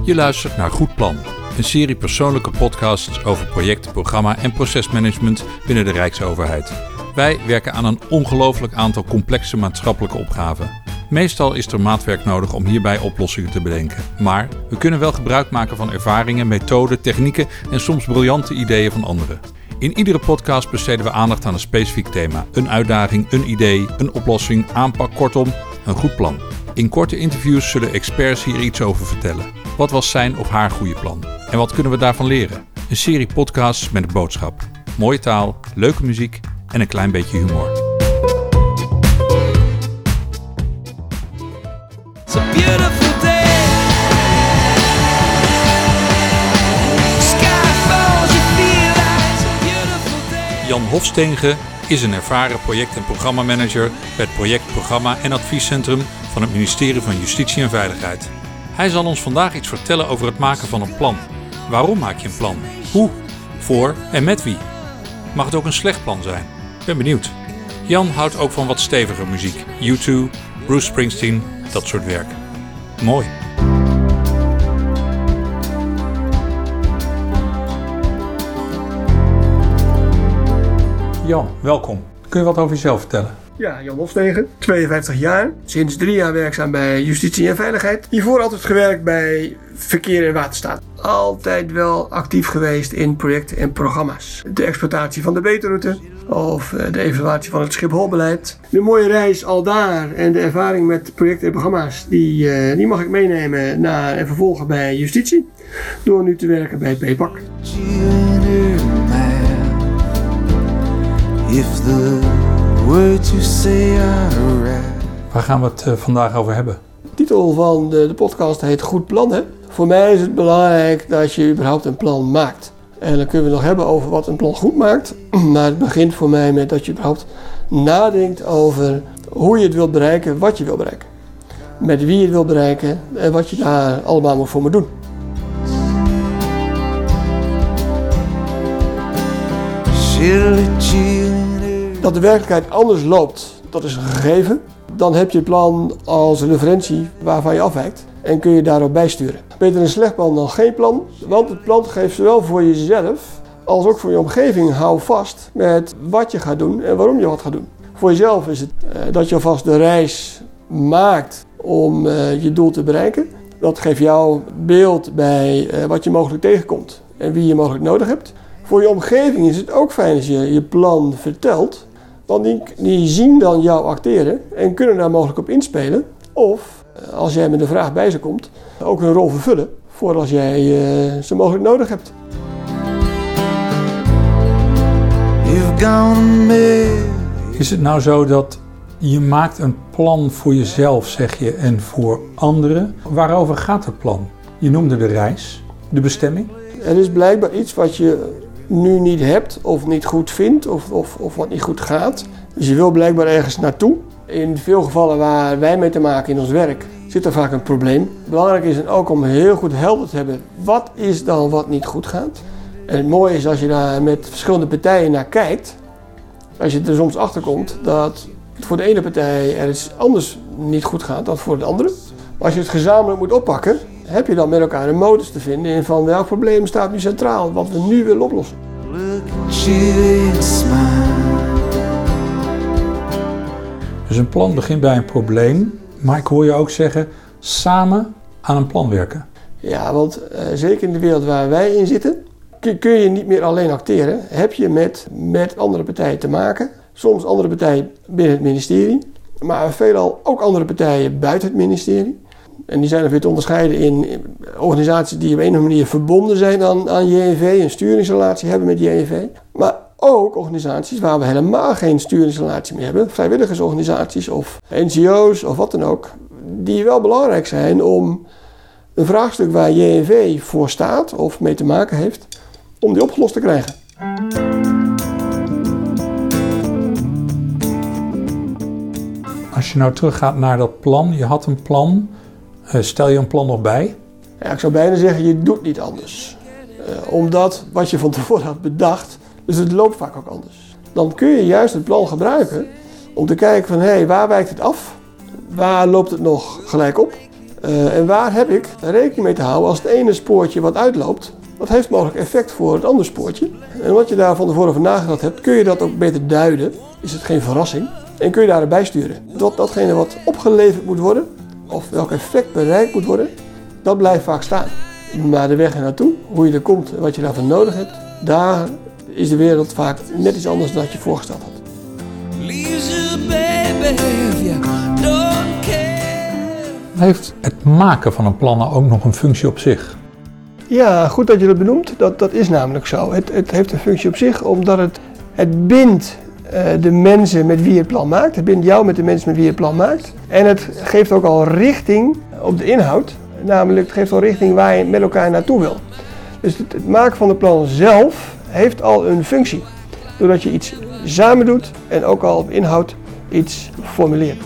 Je luistert naar Goed Plan, een serie persoonlijke podcasts over project, programma en procesmanagement binnen de Rijksoverheid. Wij werken aan een ongelooflijk aantal complexe maatschappelijke opgaven. Meestal is er maatwerk nodig om hierbij oplossingen te bedenken. Maar we kunnen wel gebruik maken van ervaringen, methoden, technieken en soms briljante ideeën van anderen. In iedere podcast besteden we aandacht aan een specifiek thema. Een uitdaging, een idee, een oplossing, aanpak, kortom, een goed plan. In korte interviews zullen experts hier iets over vertellen. Wat was zijn of haar goede plan? En wat kunnen we daarvan leren? Een serie podcasts met een boodschap. Mooie taal, leuke muziek en een klein beetje humor. It's a beautiful day. Sky falls, you feel like it's a beautiful day. Jan Hofsteenge is een ervaren project- en programmamanager bij het project, programma en adviescentrum van het ministerie van Justitie en Veiligheid. Hij zal ons vandaag iets vertellen over het maken van een plan. Waarom maak je een plan? Hoe? Voor en met wie? Mag het ook een slecht plan zijn? Ben benieuwd. Jan houdt ook van wat steviger muziek. U2, Bruce Springsteen, dat soort werk. Mooi. Jan, welkom. Kun je wat over jezelf vertellen? Ja, Jan Hofsteenge, 52 jaar. Sinds 3 jaar werkzaam bij Justitie en Veiligheid. Hiervoor altijd gewerkt bij Verkeer en Waterstaat. Altijd wel actief geweest in projecten en programma's. De exploitatie van de beterroute of de evaluatie van het Schipholbeleid. De mooie reis al daar en de ervaring met projecten en programma's, die mag ik meenemen naar en vervolgen bij Justitie. Door nu te werken bij PPAC. Waar gaan we het vandaag over hebben? De titel van de podcast heet Goed Plan. Hè? Voor mij is het belangrijk dat je überhaupt een plan maakt. En dan kunnen we nog hebben over wat een plan goed maakt. Maar het begint voor mij met dat je überhaupt nadenkt over hoe je het wilt bereiken, wat je wilt bereiken. Met wie je het wilt bereiken en wat je daar allemaal voor moet doen. Dat de werkelijkheid anders loopt, dat is een gegeven. Dan heb je het plan als referentie waarvan je afwijkt en kun je daarop bijsturen. Beter een slecht plan dan geen plan, want het plan geeft zowel voor jezelf als ook voor je omgeving hou vast met wat je gaat doen en waarom je wat gaat doen. Voor jezelf is het dat je alvast de reis maakt om je doel te bereiken. Dat geeft jou beeld bij wat je mogelijk tegenkomt en wie je mogelijk nodig hebt. Voor je omgeving is het ook fijn als je je plan vertelt, want die zien dan jou acteren en kunnen daar mogelijk op inspelen. Of, als jij met een vraag bij ze komt, ook een rol vervullen voor als jij ze mogelijk nodig hebt. Is het nou zo dat je maakt een plan voor jezelf, zeg je, en voor anderen? Waarover gaat het plan? Je noemde de reis, de bestemming. Er is blijkbaar iets wat je nu niet hebt of niet goed vindt of wat niet goed gaat. Dus je wil blijkbaar ergens naartoe. In veel gevallen waar wij mee te maken in ons werk zit er vaak een probleem. Belangrijk is dan ook om heel goed helder te hebben wat is dan wat niet goed gaat. En het mooie is als je daar met verschillende partijen naar kijkt. Als je er soms achter komt dat voor de ene partij er iets anders niet goed gaat dan voor de andere. Maar als je het gezamenlijk moet oppakken, heb je dan met elkaar een modus te vinden in van welk probleem staat nu centraal, wat we nu willen oplossen. Dus een plan begint bij een probleem, maar ik hoor je ook zeggen, samen aan een plan werken. Ja, want zeker in de wereld waar wij in zitten, kun je niet meer alleen acteren. Heb je met andere partijen te maken. Soms andere partijen binnen het ministerie, maar veelal ook andere partijen buiten het ministerie. En die zijn er weer te onderscheiden in organisaties die op een of andere manier verbonden zijn aan JNV, een sturingsrelatie hebben met JNV. Maar ook organisaties waar we helemaal geen sturingsrelatie meer hebben, vrijwilligersorganisaties of NGO's of wat dan ook, die wel belangrijk zijn om een vraagstuk waar JNV voor staat of mee te maken heeft, om die opgelost te krijgen. Als je nou teruggaat naar dat plan, je had een plan, stel je een plan nog bij? Ja, ik zou bijna zeggen, je doet niet anders. Omdat wat je van tevoren had bedacht, dus het loopt vaak ook anders. Dan kun je juist het plan gebruiken om te kijken van, waar wijkt het af? Waar loopt het nog gelijk op? En waar heb ik rekening mee te houden als het ene spoortje wat uitloopt? Dat heeft mogelijk effect voor het andere spoortje. En omdat je daar van tevoren over nagedacht hebt, kun je dat ook beter duiden. Is het geen verrassing? En kun je daarbij sturen. Datgene wat opgeleverd moet worden, of welk effect bereikt moet worden, dat blijft vaak staan. Maar de weg er naartoe, hoe je er komt en wat je daarvoor nodig hebt, daar is de wereld vaak net iets anders dan je voorgesteld had. Heeft het maken van een plan ook nog een functie op zich? Ja, goed dat je dat benoemt. Dat is namelijk zo. Het heeft een functie op zich omdat het bindt de mensen met wie je het plan maakt. Het bindt jou met de mensen met wie je het plan maakt. En het geeft ook al richting op de inhoud. Namelijk, het geeft al richting waar je met elkaar naartoe wil. Dus het maken van het plan zelf heeft al een functie. Doordat je iets samen doet en ook al op inhoud iets formuleert.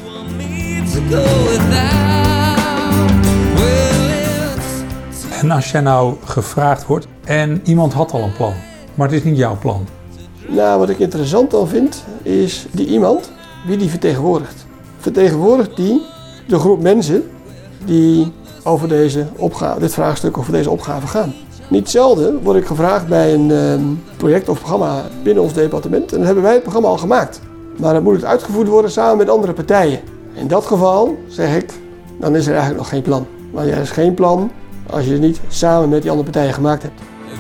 En als jij nou gevraagd wordt en iemand had al een plan, maar het is niet jouw plan. Nou, wat ik interessant dan vind, is die iemand, wie die vertegenwoordigt. Vertegenwoordigt die de groep mensen die over dit vraagstuk of deze opgave gaan. Niet zelden word ik gevraagd bij een project of programma binnen ons departement en dan hebben wij het programma al gemaakt. Maar dan moet het uitgevoerd worden samen met andere partijen. In dat geval zeg ik, dan is er eigenlijk nog geen plan. Maar er is geen plan als je het niet samen met die andere partijen gemaakt hebt.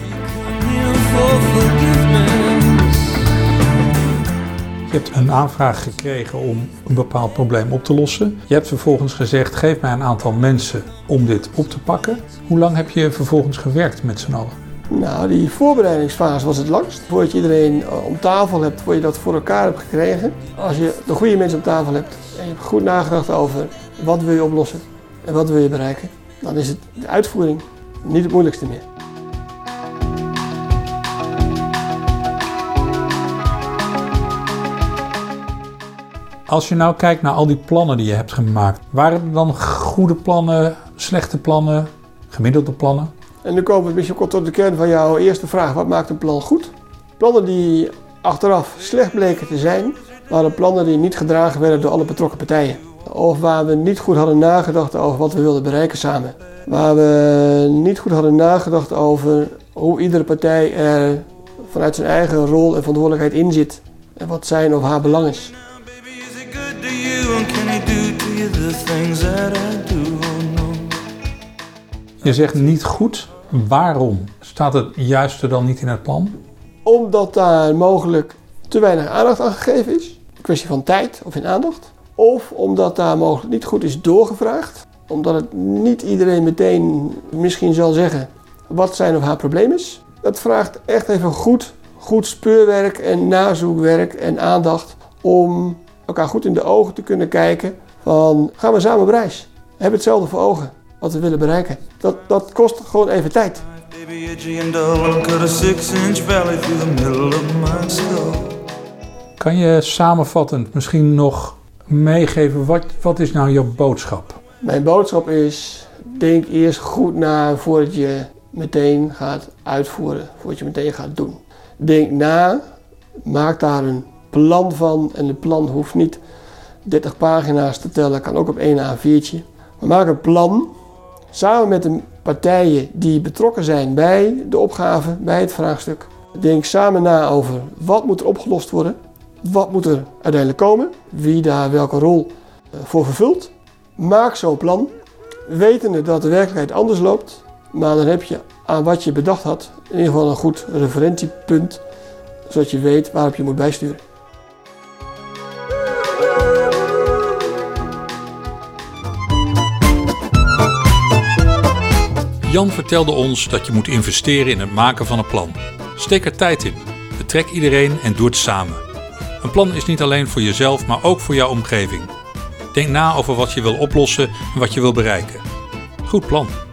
Je hebt een aanvraag gekregen om een bepaald probleem op te lossen. Je hebt vervolgens gezegd, geef mij een aantal mensen om dit op te pakken. Hoe lang heb je vervolgens gewerkt met z'n allen? Nou, die voorbereidingsfase was het langst. Voordat je iedereen om tafel hebt, voordat je dat voor elkaar hebt gekregen. Als je de goede mensen op tafel hebt en je hebt goed nagedacht over wat wil je oplossen en wat wil je bereiken, dan is het de uitvoering niet het moeilijkste meer. Als je nou kijkt naar al die plannen die je hebt gemaakt, waren er dan goede plannen, slechte plannen, gemiddelde plannen? En nu komen we misschien tot de kern van jouw eerste vraag. Wat maakt een plan goed? Plannen die achteraf slecht bleken te zijn, waren plannen die niet gedragen werden door alle betrokken partijen. Of waar we niet goed hadden nagedacht over wat we wilden bereiken samen. Waar we niet goed hadden nagedacht over hoe iedere partij er vanuit zijn eigen rol en verantwoordelijkheid in zit. En wat zijn of haar belang is. Je zegt niet goed. Waarom staat het juiste dan niet in het plan? Omdat daar mogelijk te weinig aandacht aan gegeven is. Een kwestie van tijd of in aandacht. Of omdat daar mogelijk niet goed is doorgevraagd. Omdat het niet iedereen meteen misschien zal zeggen wat zijn of haar probleem is. Het vraagt echt even goed speurwerk en nazoekwerk en aandacht om elkaar goed in de ogen te kunnen kijken van gaan we samen op reis? Hebben we hetzelfde voor ogen wat we willen bereiken? Dat kost gewoon even tijd. Kan je samenvattend misschien nog meegeven, wat is nou jouw boodschap? Mijn boodschap is, denk eerst goed na voordat je meteen gaat uitvoeren, voordat je meteen gaat doen. Denk na, maak daar een plan van en het plan hoeft niet 30 pagina's te tellen, kan ook op 1 A4'tje. Maar maak een plan samen met de partijen die betrokken zijn bij de opgave, bij het vraagstuk. Denk samen na over wat moet er opgelost worden, wat moet er uiteindelijk komen, wie daar welke rol voor vervult. Maak zo'n plan, wetende dat de werkelijkheid anders loopt, maar dan heb je aan wat je bedacht had in ieder geval een goed referentiepunt, zodat je weet waarop je moet bijsturen. Jan vertelde ons dat je moet investeren in het maken van een plan. Steek er tijd in. Betrek iedereen en doe het samen. Een plan is niet alleen voor jezelf, maar ook voor jouw omgeving. Denk na over wat je wil oplossen en wat je wil bereiken. Goed plan.